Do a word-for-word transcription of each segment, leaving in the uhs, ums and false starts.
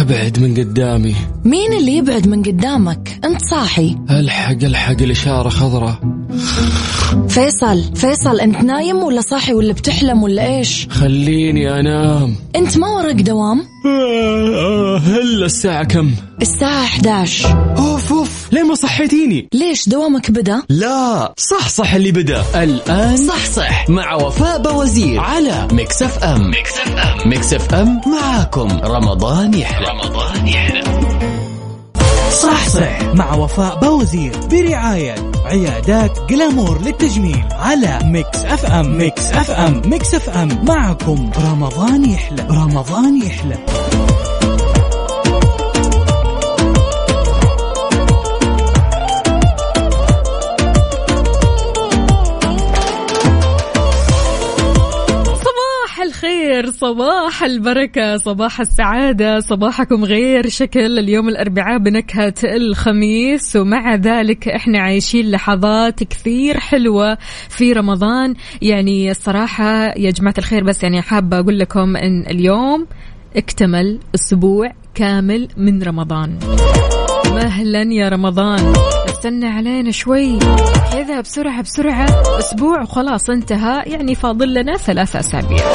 أبعد من قدامي. مين اللي يبعد من قدامك؟ أنت صاحي. ألحق ألحق الإشارة خضراء. فيصل فيصل أنت نايم ولا صاحي ولا بتحلم ولا إيش؟ خليني أنام. أنت ما وراك دوام؟ هلا الساعة كم؟ الساعة إحدى عشر. أوف أوف ليه ما صحيتيني؟ ليش دوامك بدأ؟ لا صح صح اللي بدأ الآن. صح صح مع وفاء بوزير على ميكس اف ام. ميكس اف ام ميكس اف ام معاكم رمضان يحلى. رمضان يحلى. صح صح مع وفاء بوزير برعاية عيادات جلامور للتجميل على ميكس اف ام. ميكس اف ام ميكس اف ام معكم رمضان يحلى. رمضان يحلى. الخير، صباح البركة، صباح السعادة، صباحكم غير شكل. اليوم الأربعاء بنكهة الخميس، ومع ذلك إحنا عايشين لحظات كثير حلوة في رمضان. يعني الصراحة يا جماعة الخير، بس يعني حابة أقول لكم إن اليوم اكتمل أسبوع كامل من رمضان. مهلا يا رمضان، استنى علينا شوي كذا، بسرعة بسرعة أسبوع وخلاص انتهى، يعني فاضل لنا ثلاثة أسابيع.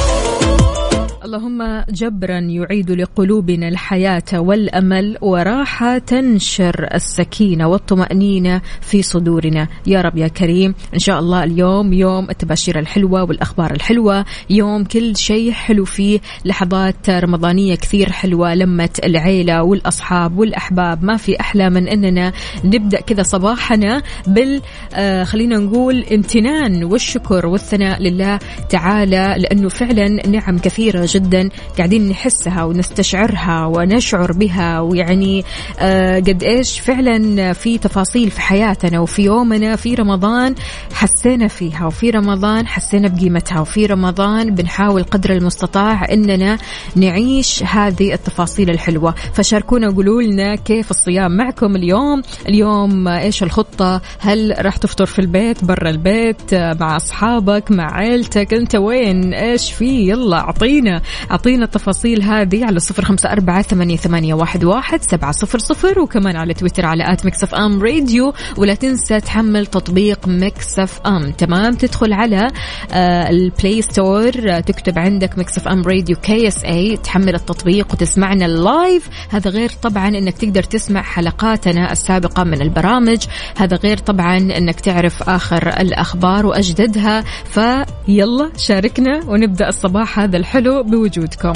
اللهم جبرا يعيد لقلوبنا الحياة والأمل وراحة تنشر السكينة والطمأنينة في صدورنا يا رب يا كريم. إن شاء الله اليوم يوم التباشير الحلوة والأخبار الحلوة، يوم كل شيء حلو فيه، لحظات رمضانية كثير حلوة، لمة العيلة والأصحاب والأحباب. ما في أحلى من أننا نبدأ كذا صباحنا بال آه خلينا نقول امتنان والشكر والثناء لله تعالى، لأنه فعلا نعم كثيرة جدا قاعدين نحسها ونستشعرها ونشعر بها، ويعني آه قد إيش فعلا في تفاصيل في حياتنا وفي يومنا في رمضان حسينا فيها، وفي رمضان حسينا بقيمتها، وفي رمضان بنحاول قدر المستطاع إننا نعيش هذه التفاصيل الحلوة. فشاركونا وقولوا لنا كيف الصيام معكم اليوم. اليوم إيش الخطة؟ هل راح تفطر في البيت، برا البيت، مع أصحابك، مع عائلتك؟ أنت وين؟ إيش فيه؟ يلا أعطينا أعطينا التفاصيل هذه على صفر خمسة أربعة ثمانية ثمانية واحد واحد سبعة صفر صفر، وكمان على تويتر على آت ميكس اف ام راديو. ولا تنسى تحمل تطبيق ميكس اف ام. تمام، تدخل على آه البلاي ستور، آه تكتب عندك ميكس اف ام راديو كي اس اي، تحمل التطبيق وتسمعنا اللايف. هذا غير طبعا انك تقدر تسمع حلقاتنا السابقة من البرامج، هذا غير طبعا انك تعرف آخر الأخبار وأجددها. فيلا شاركنا ونبدأ الصباح هذا الحلو بوجودكم.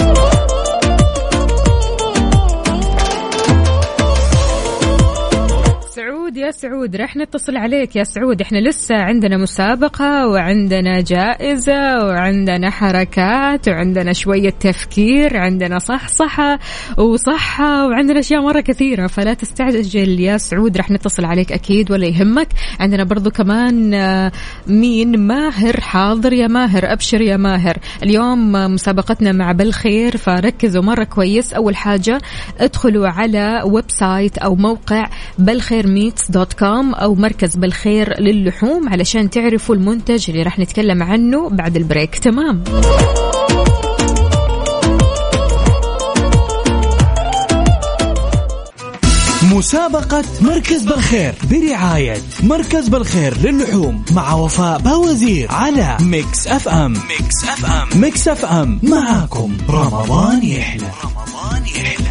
سعود يا سعود، رح نتصل عليك يا سعود. احنا لسه عندنا مسابقة وعندنا جائزة وعندنا حركات وعندنا شوية تفكير، عندنا صحصحة وصحة وعندنا أشياء مرة كثيرة، فلا تستعجل يا سعود، رح نتصل عليك أكيد ولا يهمك. عندنا برضو كمان مين؟ ماهر. حاضر يا ماهر، أبشر يا ماهر. اليوم مسابقتنا مع بالخير، فركزوا مرة كويس. أول حاجة ادخلوا على ويب سايت أو موقع بالخير ميتس دوت كوم أو مركز بالخير للحوم علشان تعرفوا المنتج اللي راح نتكلم عنه بعد البريك. تمام؟ مسابقة مركز بالخير برعاية مركز بالخير للحوم مع وفاء بوزير على ميكس اف ام. ميكس اف ام ميكس اف ام معاكم رمضان يحلى. رمضان يحلى.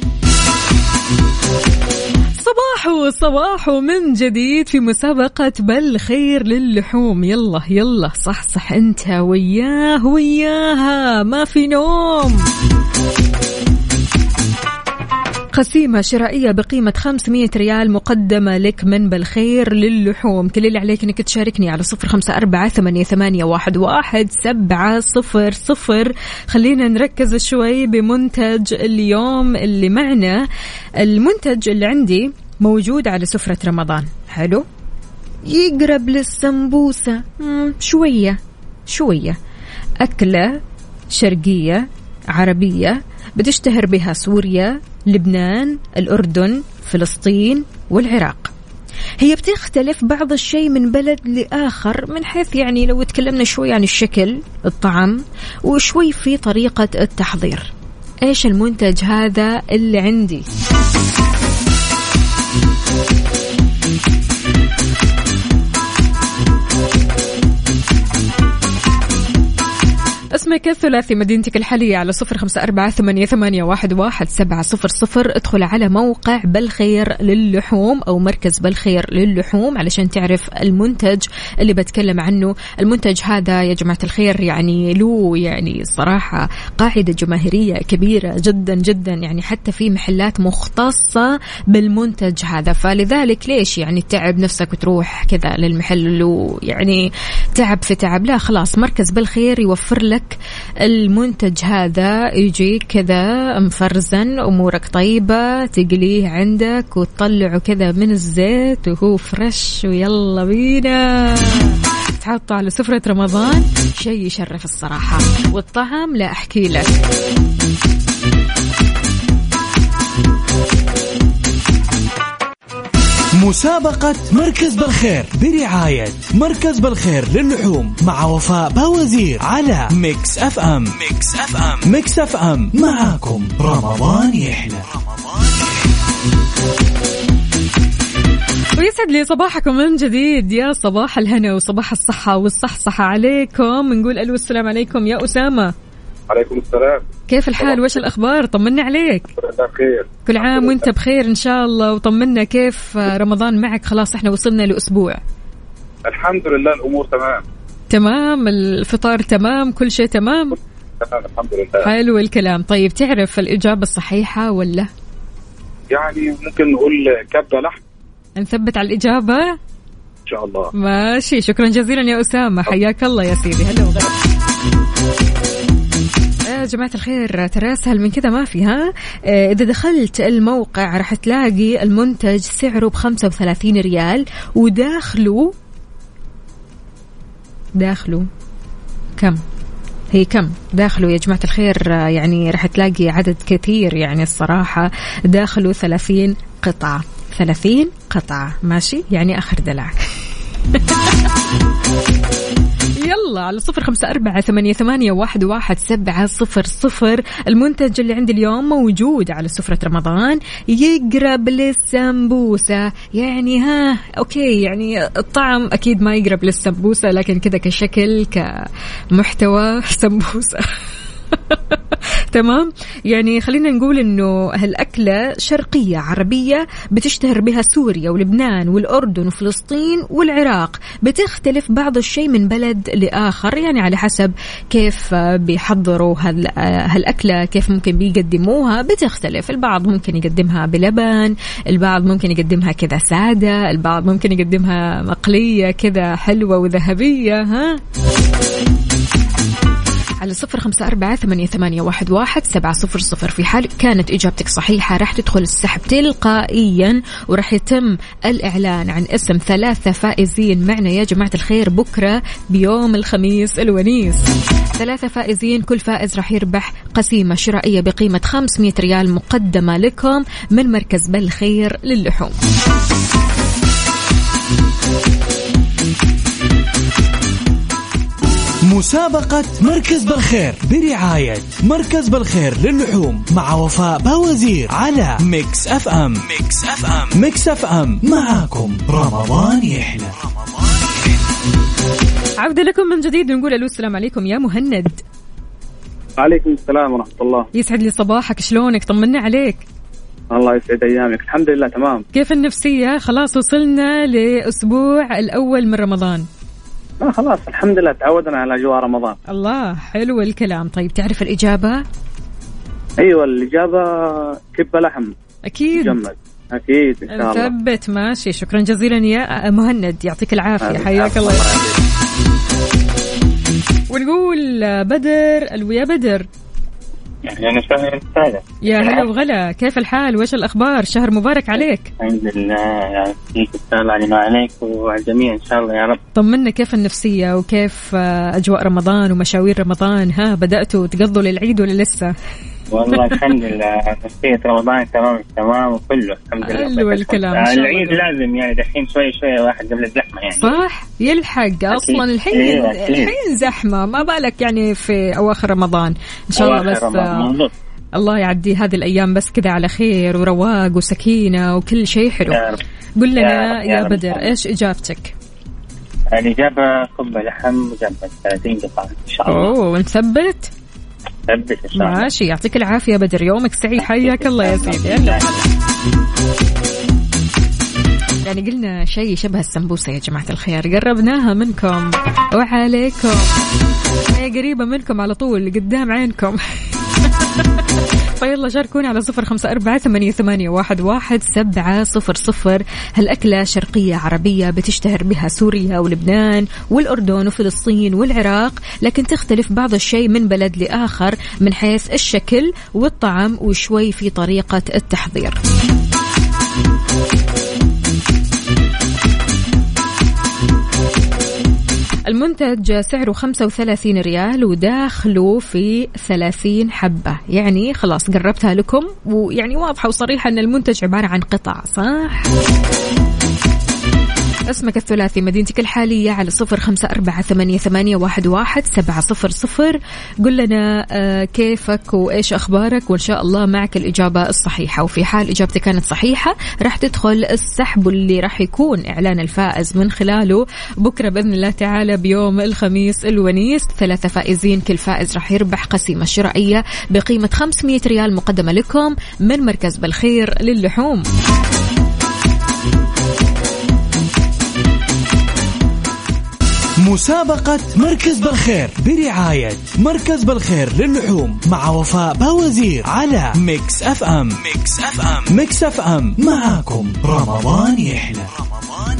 صباحو صباحو من جديد في مسابقة بالخير للحوم. يلا يلا صح صح انت وياه وياها، ما في نوم. قسيمة شرائية بقيمة خمسمية ريال مقدمة لك من بالخير للحوم. كل اللي عليك انك تشاركني على صفر خمسة أربعة ثمانية ثمانية واحد واحد سبعة صفر صفر. خلينا نركز شوي بمنتج اليوم اللي معنا. المنتج اللي عندي موجود على سفرة رمضان، حلو، يقرب للسمبوسة شوية شوية، أكلة شرقية عربية بتشتهر بها سوريا، لبنان، الأردن، فلسطين والعراق. هي بتختلف بعض الشيء من بلد لآخر من حيث يعني لو تكلمنا شوي عن الشكل، الطعم، وشوي في طريقة التحضير. إيش المنتج هذا اللي عندي؟ اسمك الثلاثي مدينتك الحالية على صفر خمسة أربعة ثمانية ثمانية واحد واحد سبعة صفر صفر. ادخل على موقع بالخير للحوم أو مركز بالخير للحوم علشان تعرف المنتج اللي بتكلم عنه. المنتج هذا يا جماعة الخير يعني له يعني صراحة قاعدة جماهيرية كبيرة جدا جدا، يعني حتى في محلات مختصة بالمنتج هذا. فلذلك ليش يعني تعب نفسك وتروح كذا للمحل ويعني تعب في تعب؟ لا خلاص، مركز بالخير يوفر لك المنتج هذا، يجيك كذا مفرزن، أمورك طيبة، تقليه عندك وتطلعه كذا من الزيت وهو فرش ويلا بينا تحطه على سفرة رمضان. شيء يشرف الصراحة، والطعم لا أحكي لك. مسابقة مركز بالخير برعاية مركز بالخير للحوم مع وفاء باوزير على ميكس اف ام. ميكس اف ام ميكس اف ام معاكم رمضان يحلى. ويسعد لي صباحكم من جديد، يا صباح الهنا وصباح الصحة والصحصحة عليكم. نقول ألو السلام عليكم يا أسامة. عليكم السلام. كيف الحال وش الأخبار؟ طمنا عليك. بخير. كل عام وانت بخير إن شاء الله. وطمنا كيف رمضان معك؟ خلاص احنا وصلنا لأسبوع. الحمد لله الأمور تمام. تمام، الفطار تمام، كل شيء تمام. تمام الحمد لله. حلو الكلام. طيب تعرف الإجابة الصحيحة ولا؟ يعني ممكن نقول كبة لحم. نثبت على الإجابة إن شاء الله. ماشي، شكرا جزيلا يا أسامة، حياك الله يا سيدي. هلا وغلا يا جماعة الخير. ترى أسهل من كذا ما في. ها إذا دخلت الموقع راح تلاقي المنتج سعره بخمسة وثلاثين ريال، وداخله داخله كم هي كم داخله يا جماعة الخير؟ يعني راح تلاقي عدد كثير، يعني الصراحة داخله ثلاثين قطعة. ثلاثين قطعة ماشي، يعني آخر دلع. يلا على صفر خمسة أربعة ثمانية ثمانية واحد واحد سبعة صفر صفر. المنتج اللي عندي اليوم موجود على سفرة رمضان، يقرب للسمبوسة. يعني ها أوكي، يعني الطعم أكيد ما يقرب للسمبوسة، لكن كذا كشكل كمحتوى سمبوسة. تمام، يعني خلينا نقول إنه هالأكلة شرقية عربية بتشتهر بها سوريا ولبنان والأردن وفلسطين والعراق. بتختلف بعض الشيء من بلد لآخر، يعني على حسب كيف بيحضروا هالأكلة، كيف ممكن بيقدموها بتختلف. البعض ممكن يقدمها بلبن، البعض ممكن يقدمها كذا سادة، البعض ممكن يقدمها مقلية كذا حلوة وذهبية. ها على صفر خمسة أربعة ثمانية ثمانية واحد واحد سبعة صفر صفر. في حال كانت إجابتك صحيحة راح تدخل السحب تلقائيا، وراح يتم الإعلان عن اسم ثلاثة فائزين معنا يا جماعة الخير بكرة بيوم الخميس الونيس. ثلاثة فائزين، كل فائز راح يربح قسيمة شرائية بقيمة خمسمية ريال مقدمة لكم من مركز بالخير للحوم. مسابقة مركز بالخير برعاية مركز بالخير للحوم مع وفاء باوزير على ميكس اف ام. ميكس اف ام ميكس اف ام معاكم رمضان يحلى. عودة لكم من جديد، نقول ألو السلام عليكم يا مهند. عليكم السلام ورحمة الله. يسعد لي صباحك، شلونك؟ طمنا عليك. الله يسعد أيامك. الحمد لله تمام. كيف النفسية؟ خلاص وصلنا لأسبوع الأول من رمضان. آه خلاص الحمد لله تعودنا على أجواء رمضان. الله حلو الكلام. طيب تعرف الإجابة؟ أيوة الإجابة كبة لحم. أكيد جمد. أكيد إن شاء الله. ثبت ماشي، شكرا جزيلا يا مهند، يعطيك العافية، حياك الله. ونقول بدر. ألو يا بدر. يعني شهر الثالث. يا هلا وغلا، كيف الحال وش الأخبار؟ شهر مبارك عليك. الحمد لله، يعني فيك السلام علينا وعليك وعلى الجميع إن شاء الله يا رب. طمنا كيف النفسية وكيف أجواء رمضان ومشاوير رمضان؟ ها بدأتوا تقضوا للعيد ولا لسه؟ والله الحمد لله نفسية رمضان تمام تمام وكله الحمد لله. حلو الكلام. العيد لازم يعني دحين شوي شوي واحد قبل الزحمة يعني. صح يلحق أصلا الحين. الحين زحمة، ما بالك يعني في أواخر رمضان إن شاء الله. بس الله يعدي هذه الأيام بس كذا على خير ورواق وسكينة وكل شيء حلو. قل لنا يا, يا, يا بدر إيش إجابتك؟ الإجابة كب لحم مجمد ثلاثين قطعة إن شاء الله. أوه ونثبت؟ ثبت إن شاء الله. ماشي يعطيك العافية بدر يومك سعيد حياك الله يا سيدي. يلا يعني قلنا شيء شبه السمبوسة يا جماعة الخير قربناها منكم وعليكم هي قريبة منكم على طول قدام عينكم. فيلا شاركونا على صفر خمسة أربعة ثمانية ثمانية واحد واحد سبعة صفر صفر. هالأكلة شرقية عربية بتشتهر بها سوريا ولبنان والأردن وفلسطين والعراق، لكن تختلف بعض الشيء من بلد لآخر من حيث الشكل والطعم وشوي في طريقة التحضير. المنتج سعره خمسة وثلاثين ريال وداخله في ثلاثين حبة، يعني خلاص قربتها لكم ويعني واضحة وصريحة أن المنتج عبارة عن قطع صح؟ اسمك الثلاثي مدينتك الحالية على صفر خمسة أربعة ثمانية ثمانية واحد واحد سبعة صفر صفر. قل لنا كيفك وإيش أخبارك وإن شاء الله معك الإجابة الصحيحة، وفي حال إجابتك كانت صحيحة راح تدخل السحب اللي راح يكون إعلان الفائز من خلاله بكرة بإذن الله تعالى بيوم الخميس الونيس. ثلاثة فائزين، كل فائز راح يربح قسيمة شرائية بقيمة خمسمية ريال مقدمة لكم من مركز بالخير للحوم. مسابقة مركز بالخير برعاية مركز بالخير للحوم مع وفاء باوزير على ميكس اف ام. ميكس اف ام ميكس اف ام معاكم رمضان يحلى. رمضان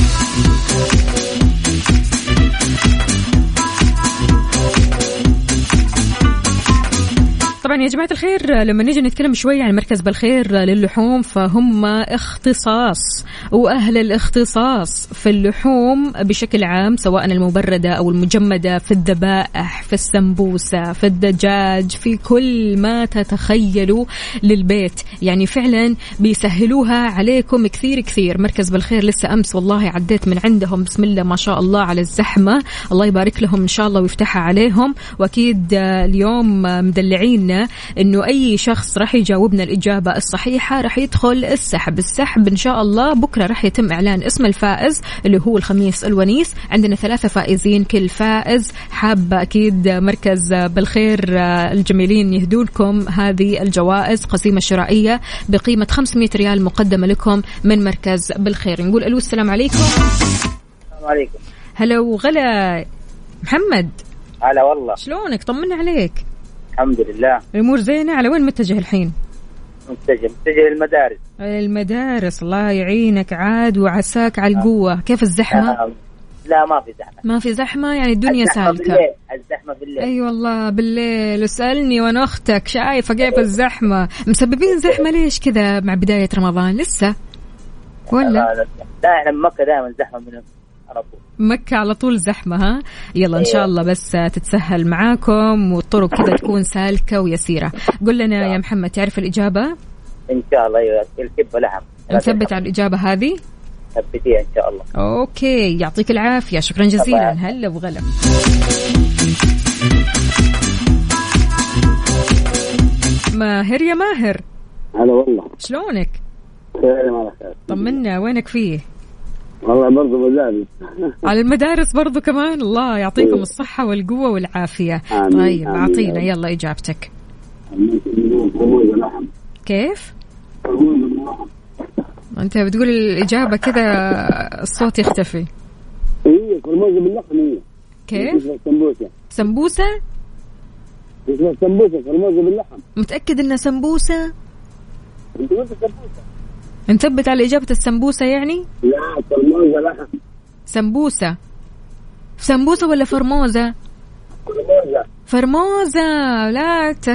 طبعا يا جماعة الخير لما نيجي نتكلم شوي عن مركز بالخير للحوم فهم اختصاص وأهل الاختصاص في اللحوم بشكل عام، سواء المبردة أو المجمدة، في الذبائح، في السمبوسة، في الدجاج، في كل ما تتخيلوا للبيت. يعني فعلا بيسهلوها عليكم كثير كثير. مركز بالخير لسه أمس والله عديت من عندهم بسم الله ما شاء الله على الزحمة، الله يبارك لهم إن شاء الله ويفتحها عليهم. وأكيد اليوم مدلعين إنه أي شخص راح يجاوبنا الإجابة الصحيحة راح يدخل السحب. السحب إن شاء الله بكرة راح يتم إعلان اسم الفائز اللي هو الخميس الونيس. عندنا ثلاثة فائزين، كل فائز حاب أكيد مركز بالخير الجميلين يهدونكم هذه الجوائز قسيمة شرائية بقيمة خمسمية ريال مقدمة لكم من مركز بالخير. نقول ألو السلام عليكم. السلام عليكم. هلا وغلا محمد. هلا والله. شلونك؟ طمنا عليك. الحمد لله الأمور زينة. على وين متجه الحين؟ متجه متجه للمدارس. المدارس الله يعينك عاد وعساك على القوة. كيف الزحمة؟ آه. لا ما في زحمة. ما في زحمة يعني الدنيا سالكة. بالليل. الزحمة بالليل. أي أيوة والله بالليل. اسألني وأنا أختك شايفة كيف الزحمة. مسببين زحمة ليش كذا مع بداية رمضان لسه ولا؟ لا لا لا احنا بمكة دائما زحمة من على طول. مكة على طول زحمة ها. يلا إن شاء الله بس تتسهل معاكم والطرق كذا تكون سالكة ويسيرة. قل لنا يا محمد تعرف الإجابة؟ إن شاء الله الكبة لحم. نثبت على الإجابة هذه؟ ثبتيها إن شاء الله. أوكي يعطيك العافية شكرا جزيلا. هلا وغلا. ماهر يا ماهر. هلا والله. شلونك؟ خير ما خير. طمنا وينك فيه؟ والله برضو مدارس. على المدارس برضو كمان. الله يعطيكم الصحة والقوة والعافية. آمين. طيب آمين. أعطينا يلا إجابتك. كيف؟ أنت بتقول الإجابة كذا الصوت يختفي. إيه كرموزة باللحم. إيه كيف؟ سمبوسة. سمبوسة؟ اسمها سمبوسة كرموزة باللحم. متأكد إنها سمبوسة؟ أنت قلت سمبوسة. نثبت على إجابة السمبوسة يعني؟ لا كرموزة لحم. سمبوسة. سمبوسة ولا فرموزة؟ فرموزة. فرموزة. لا ت...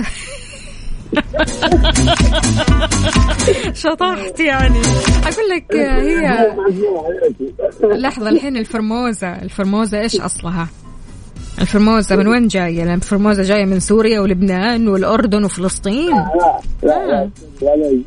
شطحت يعني. أقول لك هي لحظة الحين الفرموزة. الفرموزة إيش أصلها؟ الفرموزة من وين جاية؟ لأن الفرموزة جاية من سوريا ولبنان والأردن وفلسطين. لا لا لا لا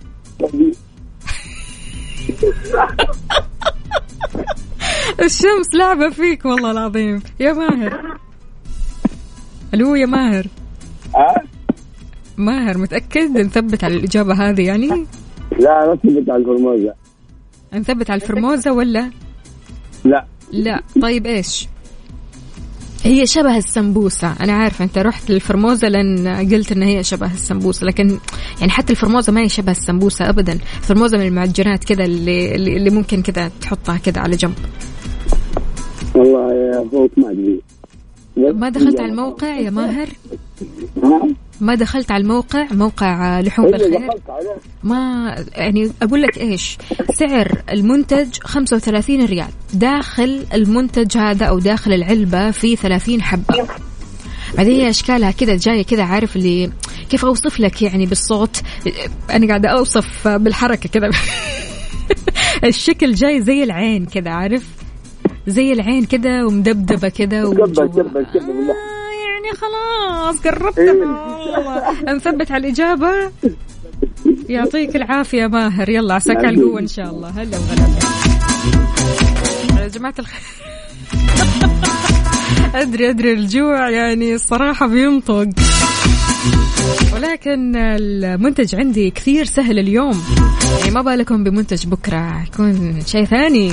الشمس لعبة فيك والله العظيم يا ماهر. ألو يا ماهر. ها ماهر متأكد نثبت على الإجابة هذه يعني؟ لا نثبت على الفرموزة. نثبت على الفرموزة ولا؟ لا لا. طيب إيش؟ هي شبه السمبوسة. أنا عارفة أنت رحت للفرموزة لأن قلت إن هي شبه السمبوسة، لكن يعني حتى الفرموزة ما هي شبه السمبوسة أبدا. الفرموزة من المعجنات كذا اللي اللي ممكن كذا تحطها كذا على جنب. والله يا فوق ما أدري. ما دخلت على الموقع يا ماهر؟ ما دخلت على الموقع، موقع لحوم بالخير؟ ما يعني أقول لك إيش سعر المنتج؟ خمسة وثلاثين ريال داخل المنتج هذا أو داخل العلبة في ثلاثين حبة. بعدين هي أشكالها كذا جاية كذا، عارف اللي كيف أوصف لك يعني بالصوت؟ أنا قاعدة أوصف بالحركة كذا. الشكل جاي زي العين كذا، عارف زي العين كذا ومدبدبة كذا آه يعني خلاص قربت. والله نثبت على الإجابة. يعطيك العافية ماهر، يلا عساك على القوة إن شاء الله. هلا وغلا يا جماعة الخير. أدري أدري الجوع يعني الصراحة بينطق، ولكن المنتج عندي كثير سهل اليوم، يعني ما بالكم بمنتج بكرة يكون شيء ثاني.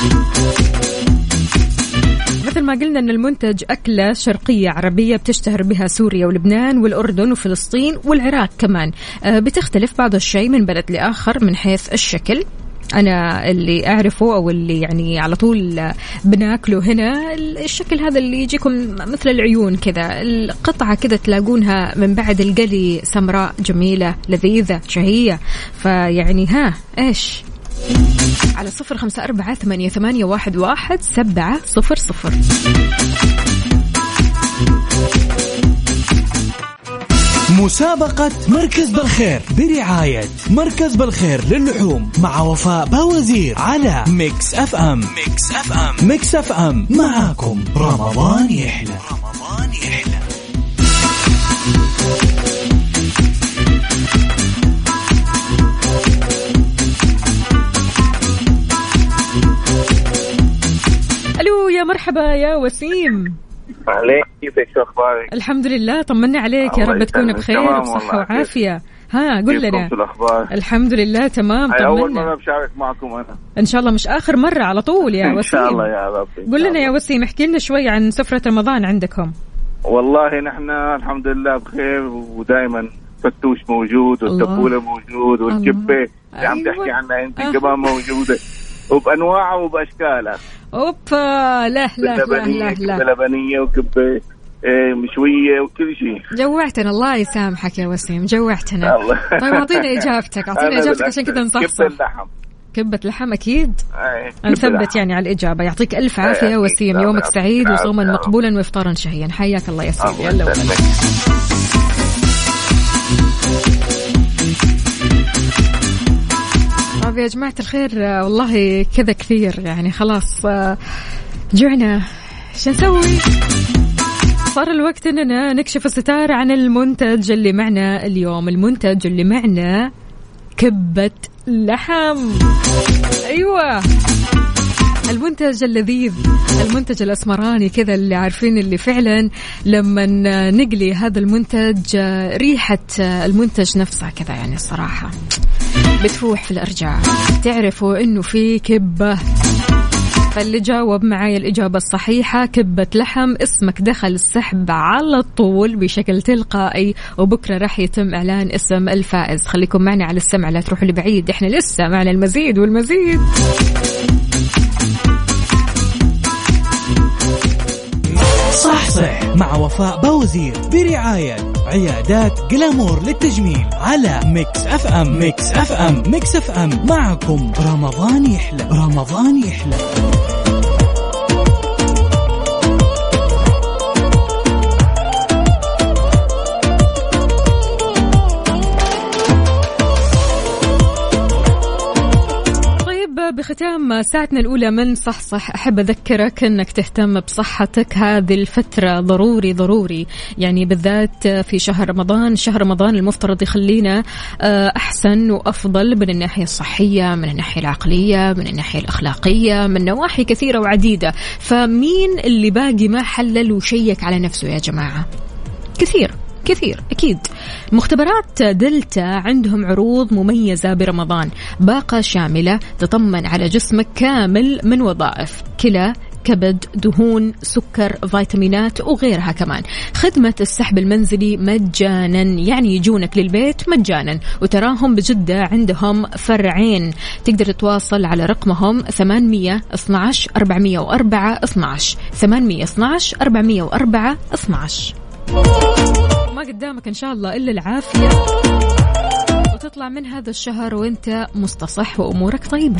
مثل ما قلنا أن المنتج أكلة شرقية عربية بتشتهر بها سوريا ولبنان والأردن وفلسطين والعراق كمان. بتختلف بعض الشيء من بلد لآخر من حيث الشكل. أنا اللي أعرفه أو اللي يعني على طول بناكله هنا الشكل هذا اللي يجيكم مثل العيون كذا، القطعة كذا تلاقونها من بعد القلي سمراء جميلة لذيذة شهية. فيعني ها إيش على صفر خمسة أربعة ثمانية ثمانية واحد واحد سبعة صفر صفر. مسابقة مركز بالخير برعاية مركز بالخير للحوم مع وفاء باوزير على ميكس أف أم. ميكس أف أم ميكس أف أم معاكم رمضان يحلى. رمضان يحلى. ألو يا مرحبا يا وسيم. عليك كيفك شو أخبارك؟ الحمد لله طمنا عليك، يا رب تكون بخير وبصحة وعافية. ها قل لنا. الحمد لله تمام. طمنا. أول مرة بشارك معكم أنا إن شاء الله، مش آخر مرة على طول يا وسيم. إن شاء الله يا رب. قل لنا يا وسيم، احكي لنا شوي عن سفرة رمضان عندكم. والله نحن الحمد لله بخير، ودائما فتوش موجود والتبولة موجود والجبة اللي عم تحكي عنها أنت آه. كمان موجودة وبأنواعها وبأشكالها. أوبا لا لا لا لا لا لبنية وكبة مشوية وكل شيء. جوعتنا الله يسامحك يا وسيم، جوعتنا. طيب أعطينا إجابتك، أعطينا إجابتك عشان كذا نصحصح. كبة اللحم. كبة لحم أكيد. نثبت يعني على الإجابة. يعطيك ألف عافية يا وسيم، يومك سعيد وصوما مقبولا وإفطارا شهيا. حياك الله يا سيدي. يلا طيب يا جماعة الخير، والله كذا كثير يعني خلاص جوعنا، شو نسوي؟ صار الوقت إننا نكشف الستار عن المنتج اللي معنا اليوم. المنتج اللي معنا كبة لحم. أيوة المنتج اللذيذ، المنتج الأسمراني كذا اللي عارفين اللي فعلا لما نقلي هذا المنتج ريحة المنتج نفسها كذا يعني الصراحة بتفوح في الأرجاء، تعرفوا إنه في كبة. فاللي جاوب معايا الإجابة الصحيحة كبة لحم اسمك دخل السحب على طول بشكل تلقائي، وبكرة راح يتم إعلان اسم الفائز. خليكم معنا على السمع، لا تروحوا لبعيد، إحنا لسه معنا المزيد والمزيد. صح صح مع وفاء باوزير برعاية عيادات جلامور للتجميل على ميكس أف أم. ميكس أف أم ميكس أف أم معكم رمضان يحلى. رمضان يحلى. بختام ساعتنا الأولى من صح صح أحب أذكرك أنك تهتم بصحتك هذه الفترة، ضروري ضروري يعني بالذات في شهر رمضان. شهر رمضان المفترض يخلينا أحسن وأفضل من الناحية الصحية، من الناحية العقلية، من الناحية الأخلاقية، من نواحي كثيرة وعديدة. فمين اللي باقي ما حلل وشيك على نفسه يا جماعة؟ كثير كثير أكيد. مختبرات دلتا عندهم عروض مميزة برمضان، باقة شاملة تطمن على جسمك كامل من وظائف كلى، كبد، دهون، سكر، فيتامينات وغيرها كمان. خدمة السحب المنزلي مجانا، يعني يجونك للبيت مجانا، وتراهم بجدة عندهم فرعين. تقدر تتواصل على رقمهم ثمانية اثناعش أربعمية وأربعة اثناعش ثمانية اثناعش أربعمية وأربعة اثناعش. ما قدامك إن شاء الله إلا العافية، وتطلع من هذا الشهر وانت مستصح وأمورك طيبة.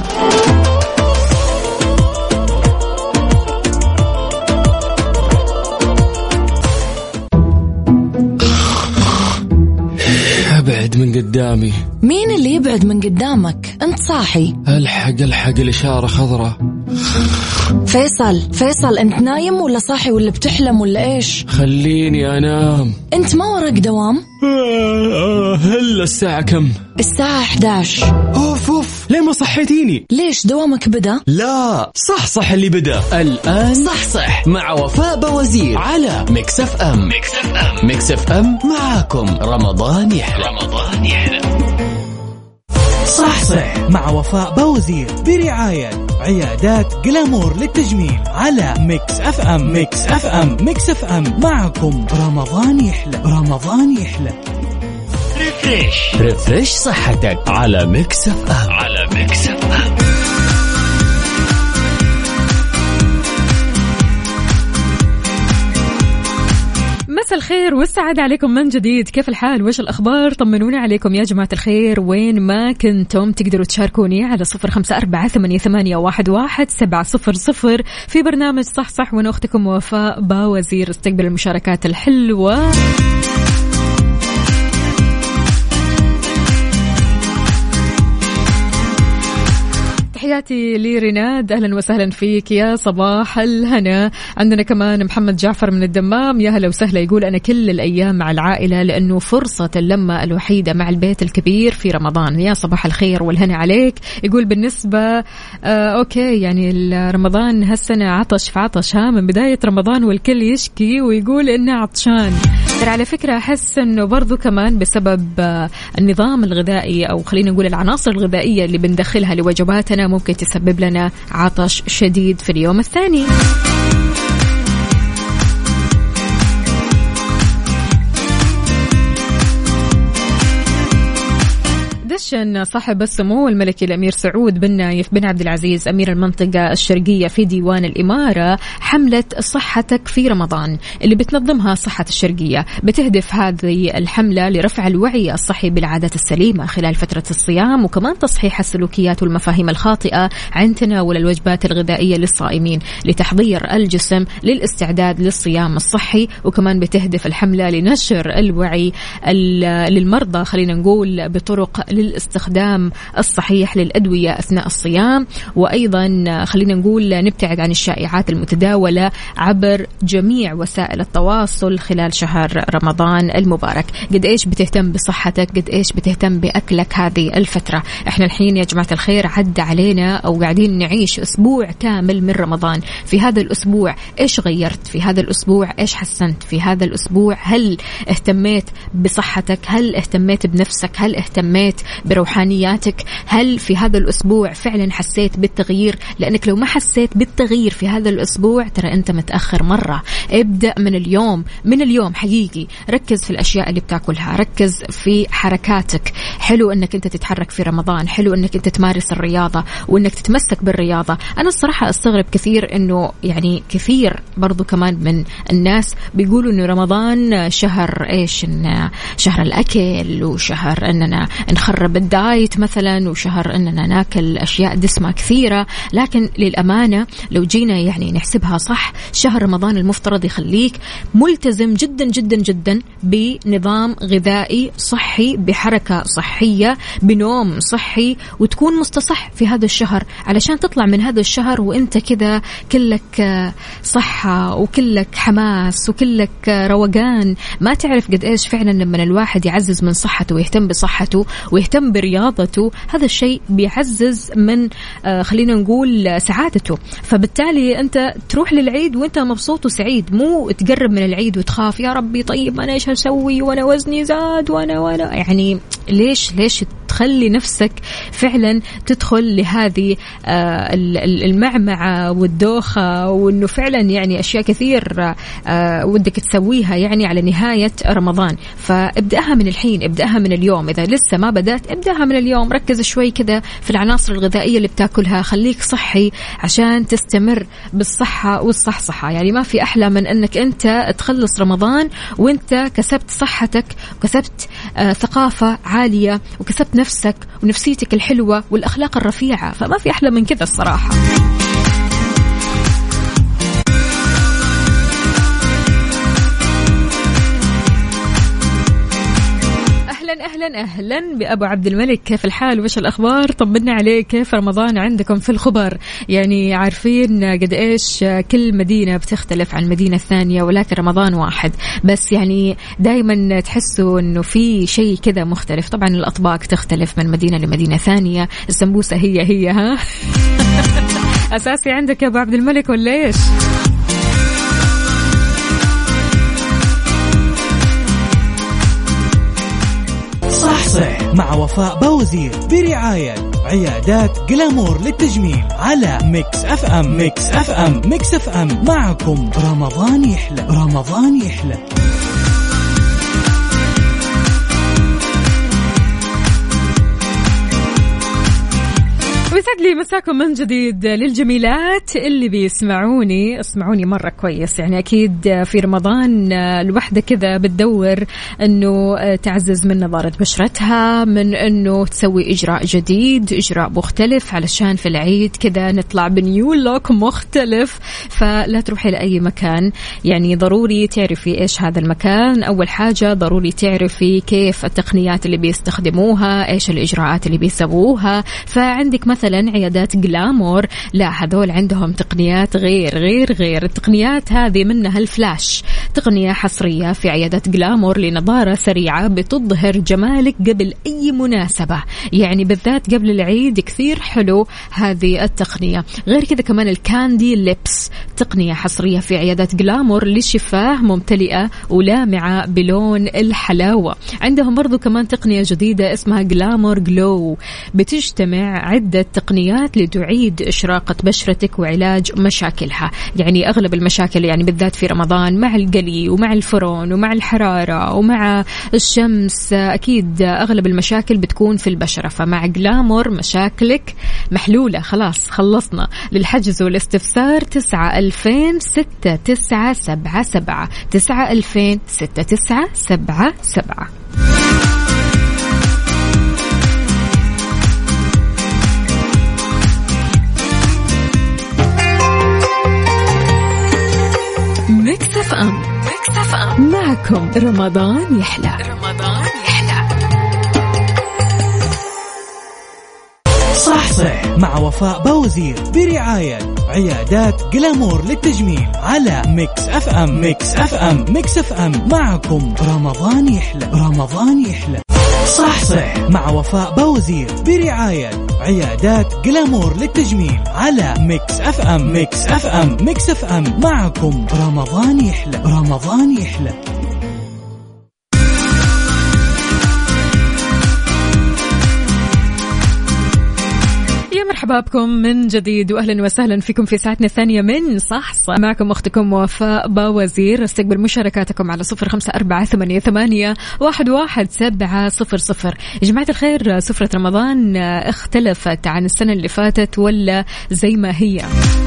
ابعد من قدامي. مين اللي يبعد من قدامك؟ انت صاحي. الحق الحق الإشارة خضراء. فيصل فيصل انت نايم ولا صاحي ولا بتحلم ولا ايش؟ خليني انام. انت ما وراك دوام؟ هلا الساعة كم؟ الساعة إحدى عشر. اوف اوف ليه ما صحيتيني؟ ليش دوامك بدأ؟ لا صح صح اللي بدأ الآن. صح صح مع وفاء بوزير على ميكس اف ام. ميكس اف ام ميكس اف ام معاكم رمضان يحلى. رمضان يحلى. صح صح مع وفاء بوزير برعاية عيادات جلامور للتجميل على ميكس اف ام. ميكس اف ام ميكس اف ام معكم رمضان يحلى. رمضان يحلى. ريفريش ريفريش صحتك على ميكس اف ام. على ميكس اف ام. مساء الخير والسعادة عليكم من جديد. كيف الحال وإيش الأخبار؟ طمنوني عليكم يا جماعة الخير، وين ما كنتم تقدروا تشاركوني على صفر خمسة أربعة ثمانية ثمانية واحد واحد سبعة صفر صفر في برنامج صح صح، وأنا أختكم وفاء باوزير. استقبل المشاركات الحلوة. تحياتي لرناد، أهلا وسهلا فيك يا صباح الهنا. عندنا كمان محمد جعفر من الدمام، يا هلا وسهلا. يقول أنا كل الأيام مع العائلة لأنه فرصة اللمة الوحيدة مع البيت الكبير في رمضان. يا صباح الخير والهنا عليك. يقول بالنسبة آه أوكي يعني رمضان هالسنة عطش في عطش، ها من بداية رمضان والكل يشكي ويقول إنه عطشان. ترى على فكرة أحس إنه برضو كمان بسبب آه النظام الغذائي، أو خلينا نقول العناصر الغذائية اللي بندخلها لوجباتنا ممكن تسبب لنا عطش شديد في اليوم الثاني. دشن صاحب السمو الملكي الأمير سعود بن نايف بن عبد العزيز أمير المنطقة الشرقية في ديوان الإمارة حملة صحتك في رمضان اللي بتنظمها صحة الشرقية. بتهدف هذه الحملة لرفع الوعي الصحي بالعادات السليمة خلال فترة الصيام، وكمان تصحيح السلوكيات والمفاهيم الخاطئة عن تناول الوجبات الغذائية للصائمين لتحضير الجسم للاستعداد للصيام الصحي. وكمان بتهدف الحملة لنشر الوعي للمرضى خلينا نقول بطرق للاستخدام الصحيح للأدوية أثناء الصيام، وأيضا خلينا نقول نبتعد عن الشائعات المتداولة عبر جميع وسائل التواصل خلال شهر رمضان المبارك. قد إيش بتهتم بصحتك، قد إيش بتهتم بأكلك هذه الفترة. إحنا الحين يا جماعة الخير عد علينا أو قاعدين نعيش أسبوع كامل من رمضان. في هذا الأسبوع إيش غيرت؟ في هذا الأسبوع إيش حسنت؟ في هذا الأسبوع هل اهتميت بصحتك؟ هل اهتميت بنفسك؟ هل اهتميت بروحانياتك؟ هل في هذا الأسبوع فعلا حسيت بالتغيير؟ لأنك لو ما حسيت بالتغيير في هذا الأسبوع ترى أنت متأخر مرة. ابدأ من اليوم، من اليوم حقيقي ركز في الأشياء اللي بتاكلها، ركز في حركاتك. حلو أنك أنت تتحرك في رمضان، حلو أنك أنت تمارس الرياضة وأنك تتمسك بالرياضة. أنا الصراحة أستغرب كثير أنه يعني كثير برضو كمان من الناس بيقولوا أنه رمضان شهر إيش، إن شهر الأكل وشهر أننا نخرب الدايت مثلا، وشهر أننا ناكل أشياء دسمة كثيرة. لكن للأمانة لو جينا يعني نحسبها صح، شهر رمضان المفترض يخليك ملتزم جدا جدا جدا بنظام غذائي صحي، بحركة صحية، بنوم صحي، وتكون مستصح في هذا الشهر علشان تطلع من هذا الشهر وانت كذا كلك صحة وكلك حماس وكلك روقان. ما تعرف قد ايش فعلا لما الواحد يعزز من صحته ويهتم بصحته ويهتم مهتم برياضته، هذا الشيء بيعزز من آه خلينا نقول سعادته. فبالتالي أنت تروح للعيد وأنت مبسوط وسعيد، مو تقرب من العيد وتخاف يا ربي طيب أنا إيش هسوي وأنا وزني زاد وأنا وأنا يعني ليش ليش تخلي نفسك فعلا تدخل لهذه آه المعمعة والدوخة، وأنه فعلا يعني أشياء كثير آه ودك تسويها يعني على نهاية رمضان. فابدأها من الحين، ابدأها من اليوم. إذا لسه ما بدأت ابدأها من اليوم، ركز شوي كذا في العناصر الغذائية اللي بتاكلها، خليك صحي عشان تستمر بالصحة والصحصحة. يعني ما في أحلى من أنك أنت تخلص رمضان وأنت كسبت صحتك وكسبت آه ثقافة عالية وكسبت نفسك ونفسيتك الحلوة والأخلاق الرفيعة، فما في أحلى من كذا الصراحة. أهلا أهلا بأبو عبد الملك، كيف الحال وش الأخبار؟ طمنا عليك، كيف رمضان عندكم في الخبر؟ يعني عارفين قد إيش كل مدينة بتختلف عن المدينة الثانية، ولكن رمضان واحد، بس يعني دايما تحسوا إنه في شيء كذا مختلف. طبعا الأطباق تختلف من مدينة لمدينة ثانية، السمبوسة هي هي ها أساسي عندك يا أبو عبد الملك ولا إيش؟ صح صح مع وفاء باوزير برعاية عيادات جلامور للتجميل على ميكس اف ام. ميكس اف ام ميكس اف ام معكم رمضان يحلى، رمضان يحلى. ويسعد لي مساكم من جديد للجميلات اللي بيسمعوني. اسمعوني مرة كويس، يعني أكيد في رمضان الوحدة كذا بتدور أنه تعزز من نضارة بشرتها، من أنه تسوي إجراء جديد، إجراء مختلف، علشان في العيد كذا نطلع بنيو لوك مختلف. فلا تروحي لأي مكان، يعني ضروري تعرفي إيش هذا المكان. أول حاجة ضروري تعرفي كيف التقنيات اللي بيستخدموها، إيش الإجراءات اللي بيسووها. فعندك مثلا مثلا عيادات جلامور، لا هذول عندهم تقنيات غير غير غير التقنيات هذه، منها الفلاش، تقنية حصرية في عيادات جلامور لنظارة سريعة بتظهر جمالك قبل أي مناسبة، يعني بالذات قبل العيد كثير حلو هذه التقنية. غير كذا كمان الكاندي ليبس، تقنية حصرية في عيادات جلامور لشفاه ممتلئة ولامعة بلون الحلاوة. عندهم برضو كمان تقنية جديدة اسمها جلامور جلو، بتجتمع عدة تقنيات لتعيد إشراقة بشرتك وعلاج مشاكلها. يعني أغلب المشاكل يعني بالذات في رمضان مع القلي ومع الفرون ومع الحرارة ومع الشمس، أكيد أغلب المشاكل بتكون في البشرة. فمع جلامور مشاكلك محلولة، خلاص خلصنا. للحجز والاستفسار تسعة ألفين ستة تسعة سبعة سبعة تسعة ألفين ستة تسعة سبعة سبعة. ميكس اف ام، ميكس اف ام معكم رمضان يحلى، رمضان يحلى. صح صح مع وفاء باوزير برعاية عيادات جلامور للتجميل على ميكس اف ام. ميكس اف ام ميكس اف ام معكم رمضان يحلى، رمضان يحلى. صح صح مع وفاء باوزير برعاية عيادات جلامور للتجميل على ميكس اف ام. ميكس اف ام ميكس اف ام معكم رمضان يحلى، رمضان يحلى. مرحبا بكم من جديد وأهلا وسهلا فيكم في ساعتنا الثانية من صح صح. معكم أختكم وفاء باوزير. استقبل مشاركاتكم على صفر خمسة أربعة ثمانية ثمانية واحد واحد سبعة صفر صفر. يا جماعة الخير، سفرة رمضان اختلفت عن السنة اللي فاتت ولا زي ما هي؟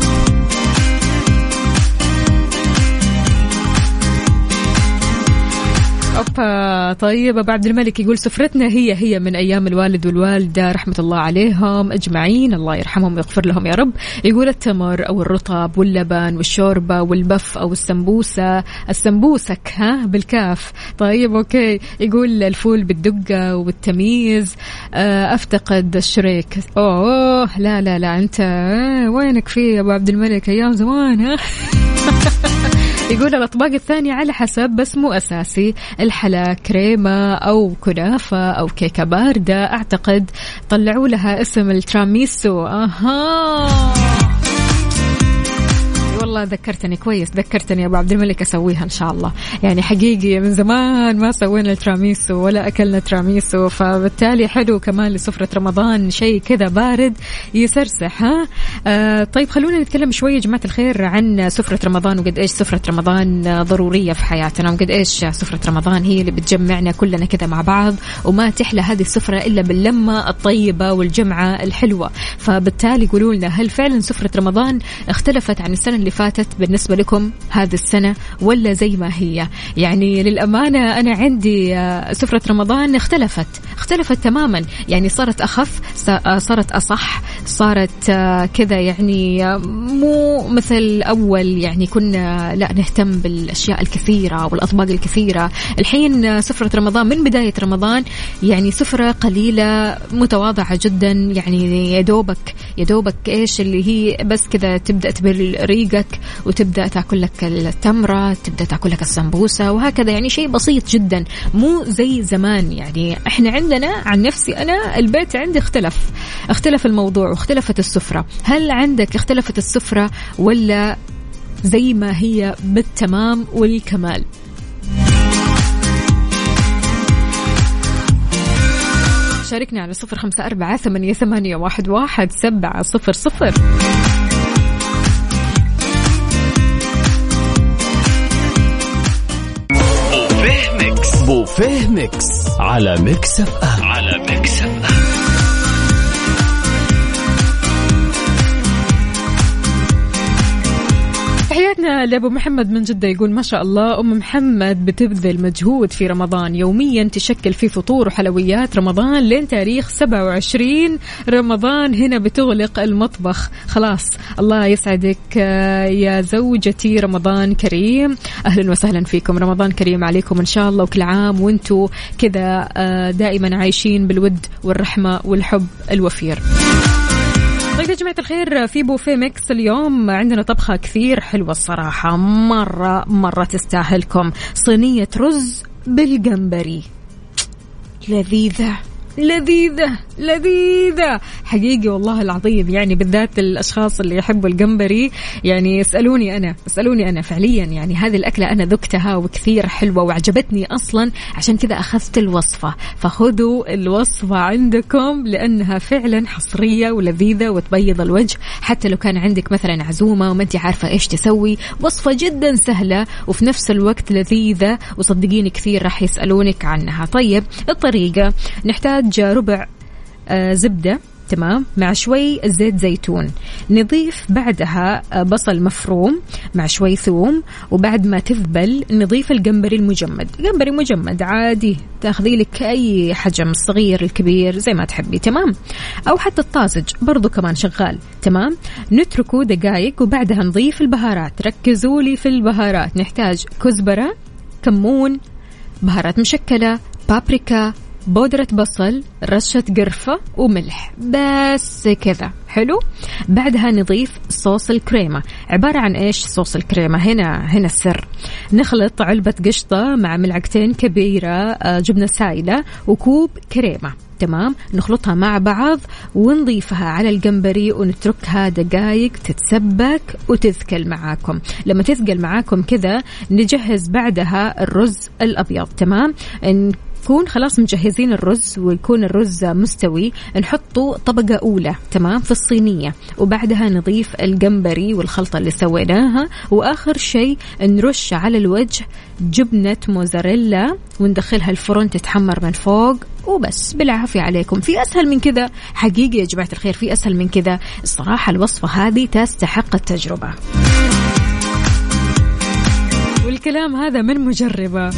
أوبا طيب. أبو عبد الملك يقول سفرتنا هي هي من أيام الوالد والوالدة رحمة الله عليهم أجمعين، الله يرحمهم ويغفر لهم يا رب. يقول التمر أو الرطب واللبن والشوربة والبف أو السمبوسة، السمبوسك ها بالكاف. طيب أوكي. يقول الفول بالدقة والتميز. أفتقد الشريك. أوه لا لا لا أنت وينك فيه يا أبو عبد الملك، أيام زمان ها يقول الأطباق الثانية على حسب بس مو أساسي، الحلا كريمة أو كنافة أو كيكة باردة. أعتقد طلعوا لها اسم التراميسو. أها والله ذكرتني كويس، ذكرتني يا أبو عبد الملك أسويها إن شاء الله. يعني حقيقي من زمان ما سوينا التراميسو ولا أكلنا تراميسو، فبالتالي حلو كمان لسفرة رمضان شيء كذا بارد يسرسح. ها آه طيب خلونا نتكلم شوية يا جماعة الخير عن سفرة رمضان وقد إيش سفرة رمضان ضرورية في حياتنا، وقد إيش سفرة رمضان هي اللي بتجمعنا كلنا كذا مع بعض، وما تحلى هذه السفرة إلا باللمة الطيبة والجمعة الحلوة. فبالتالي قولوا لنا هل فعلا سفرة رمضان اختلفت عن السنة اللي فاتت بالنسبة لكم هذه السنة ولا زي ما هي؟ يعني للأمانة أنا عندي سفرة رمضان اختلفت اختلفت تماما، يعني صارت أخف، صارت أصح، صارت كذا يعني مو مثل أول، يعني كنا لا نهتم بالأشياء الكثيرة والأطباق الكثيرة. الحين سفرة رمضان من بداية رمضان يعني سفرة قليلة متواضعة جدا، يعني يدوبك يدوبك إيش اللي هي بس كذا تبدأ تبل ريقك وتبدأ تأكل لك التمرة، تبدأ تأكل لك السمبوسة وهكذا، يعني شيء بسيط جدا مو زي زمان. يعني احنا عندنا عن نفسي أنا البيت عندي اختلف اختلف الموضوع واختلفت السفرة. هل عندك اختلفت السفرة ولا زي ما هي بالتمام والكمال؟ شاركنا على صفر خمسة أربعة ثمانية ثمانية واحد واحد سبعة صفر صفر. بوفيه ميكس على ميكس اف ام على ميكس اف ام. تحياتنا لأبو محمد من جدة، يقول ما شاء الله أم محمد بتبذل مجهود في رمضان، يوميا تشكل في فطور وحلويات رمضان لين تاريخ سبعة وعشرين رمضان هنا بتغلق المطبخ. خلاص الله يسعدك يا زوجتي، رمضان كريم. أهلا وسهلا فيكم، رمضان كريم عليكم إن شاء الله، وكل عام وانتو كذا دائما عايشين بالود والرحمة والحب الوفير. طيب يا جماعة الخير، في بوفيه ميكس اليوم عندنا طبخة كثير حلوة الصراحة، مرة مرة تستاهلكم. صينية رز بالجمبري، لذيذة لذيذة لذيذة حقيقي والله العظيم، يعني بالذات الأشخاص اللي يحبوا الجمبري يعني اسألوني أنا اسألوني أنا فعليا، يعني هذه الأكلة أنا ذقتها وكثير حلوة وعجبتني أصلا، عشان كذا أخذت الوصفة. فخذوا الوصفة عندكم لأنها فعلا حصرية ولذيذة وتبيض الوجه، حتى لو كان عندك مثلا عزومة وما أنت عارفة إيش تسوي، وصفة جدا سهلة وفي نفس الوقت لذيذة، وصدقيني كثير راح يسألونك عنها. طيب الطريقة، نحتاج ربع آه زبدة تمام مع شوي زيت زيتون، نضيف بعدها بصل مفروم مع شوي ثوم، وبعد ما تذبل نضيف الجمبري المجمد، جمبري مجمد عادي تاخذي لك أي حجم، الصغير الكبير زي ما تحبي تمام، أو حتى الطازج برضو كمان شغال تمام. نتركه دقائق وبعدها نضيف البهارات، ركزوا لي في البهارات، نحتاج كزبرة، كمون، بهارات مشكلة، بابريكا، بودرة بصل، رشة قرفة وملح، بس كذا حلو. بعدها نضيف صوص الكريمة، عبارة عن إيش صوص الكريمة؟ هنا هنا السر، نخلط علبة قشطة مع ملعقتين كبيرة جبنة سائلة وكوب كريمة تمام، نخلطها مع بعض ونضيفها على الجمبري ونتركها دقائق تتسبك وتثقل معاكم. لما تثقل معاكم كذا نجهز بعدها الرز الأبيض تمام، نكون خلاص مجهزين الرز ويكون الرز مستوي، نحطه طبقة أولى تمام في الصينية، وبعدها نضيف الجمبري والخلطة اللي سويناها، وآخر شيء نرش على الوجه جبنة موزاريلا وندخلها الفرن تتحمر من فوق، وبس بالعافية عليكم. في أسهل من كذا حقيقي يا جماعة الخير، في أسهل من كذا الصراحة. الوصفة هذه تستحق التجربة، والكلام هذا من مجربة.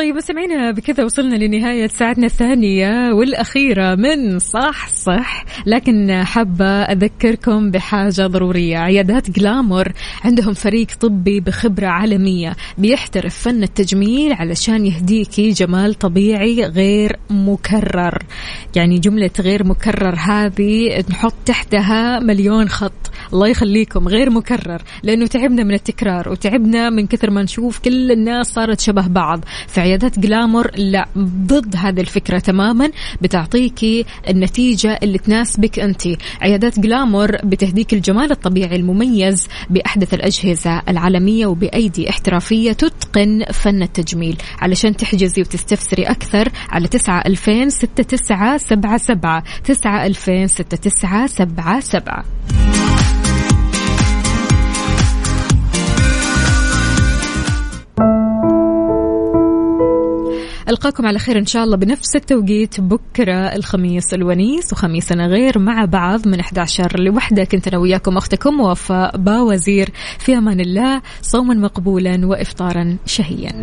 طيب مستمعينا بكذا وصلنا لنهاية ساعتنا الثانية والأخيرة من صح صح، لكن حابة أذكركم بحاجة ضرورية. عيادات جلامور عندهم فريق طبي بخبرة عالمية بيحترف فن التجميل علشان يهديكي جمال طبيعي غير مكرر. يعني جملة غير مكرر هذه نحط تحتها مليون خط. الله يخليكم غير مكرر، لأنه تعبنا من التكرار وتعبنا من كثر ما نشوف كل الناس صارت شبه بعض. في عيادات جلامور لا، ضد هذه الفكرة تماما، بتعطيكي النتيجة اللي تناسبك أنتي. عيادات جلامور بتهديك الجمال الطبيعي المميز بأحدث الأجهزة العالمية وبأيدي احترافية تتقن فن التجميل. علشان تحجزي وتستفسري أكثر على تسعة ألفين ستة تسعة سبعة سبعة تسعة ألفين ستة تسعة سبعة سبعة. ألقاكم على خير إن شاء الله بنفس التوقيت بكرة الخميس الونيس، وخميسنا غير مع بعض من إحدى عشر لوحدة. كنت أنا وياكم أختكم وفاء باوزير، في أمان الله، صوما مقبولا وإفطارا شهيا.